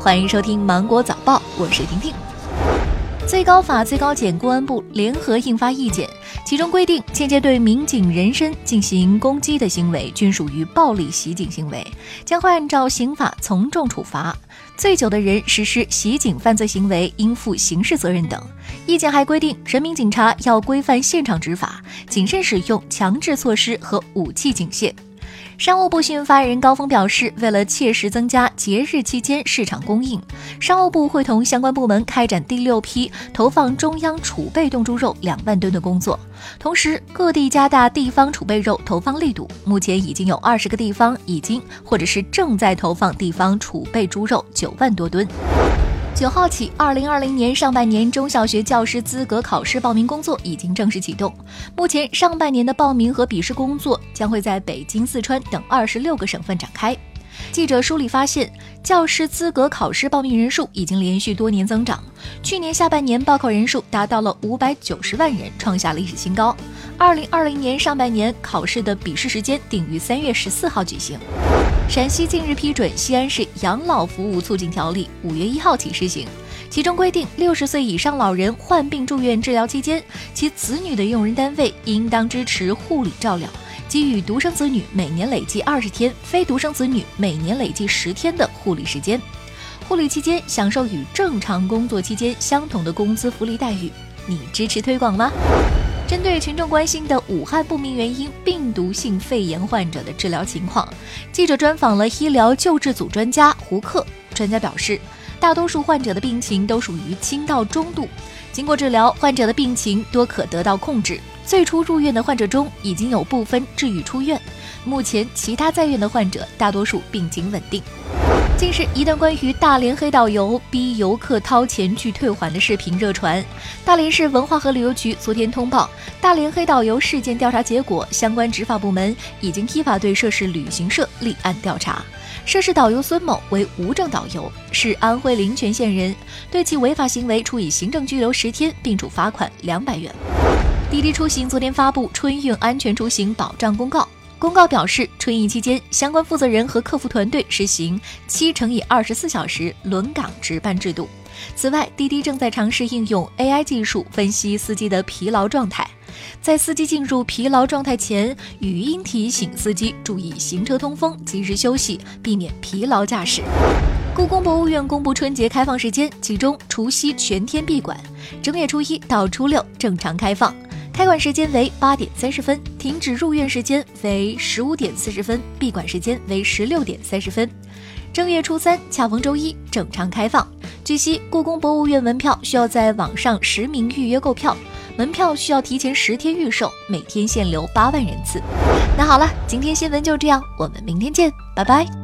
欢迎收听芒果早报，我是婷婷。最高法、最高检、公安部联合印发意见，其中规定，间接对民警人身进行攻击的行为均属于暴力袭警行为，将会按照刑法从重处罚。醉酒的人实施袭警犯罪行为应负刑事责任等。意见还规定，人民警察要规范现场执法，谨慎使用强制措施和武器警械。商务部新闻发言人高峰表示，为了切实增加节日期间市场供应，商务部会同相关部门开展第6批投放中央储备冻猪肉2万吨的工作，同时各地加大地方储备肉投放力度。目前已经有20个地方已经或者是正在投放地方储备猪肉9万多吨。9号起，2020年上半年中小学教师资格考试报名工作已经正式启动。目前上半年的报名和笔试工作将会在北京、四川等26个省份展开。记者梳理发现，教师资格考试报名人数已经连续多年增长，去年下半年报考人数达到了590万人，创下历史新高。2020年上半年考试的笔试时间定于3月14号举行。陕西近日批准西安市养老服务促进条例5月1号起施行，其中规定60岁以上老人患病住院治疗期间，其子女的用人单位应当支持护理照料，给予独生子女每年累计20天，非独生子女每年累计10天的护理时间。护理期间享受与正常工作期间相同的工资福利待遇，你支持推广吗？针对群众关心的武汉不明原因病毒性肺炎患者的治疗情况，记者专访了医疗救治组专家胡克。专家表示，大多数患者的病情都属于轻到中度，经过治疗，患者的病情多可得到控制。最初入院的患者中，已经有部分治愈出院，目前其他在院的患者大多数病情稳定。近日，一段关于大连黑导游逼游客掏钱去退还的视频热传。大连市文化和旅游局昨天通报，大连黑导游事件调查结果，相关执法部门已经依法对涉事旅行社立案调查。涉事导游孙某为无证导游，是安徽临泉县人，对其违法行为处以行政拘留10天，并处罚款200元。滴滴出行昨天发布春运安全出行保障公告。公告表示，春运期间，相关负责人和客服团队实行7×24小时轮岗值班制度。此外，滴滴正在尝试应用 AI 技术分析司机的疲劳状态，在司机进入疲劳状态前，语音提醒司机注意行车通风，及时休息，避免疲劳驾驶。故宫博物院公布春节开放时间，其中除夕全天闭馆，正月初1到初6正常开放。开馆时间为8点30分，停止入院时间为15点40分，闭馆时间为16点30分。正月初3恰逢周一，正常开放。据悉，故宫博物院门票需要在网上实名预约购票，门票需要提前10天预售，每天限流8万人次。那好了，今天新闻就这样，我们明天见，拜拜。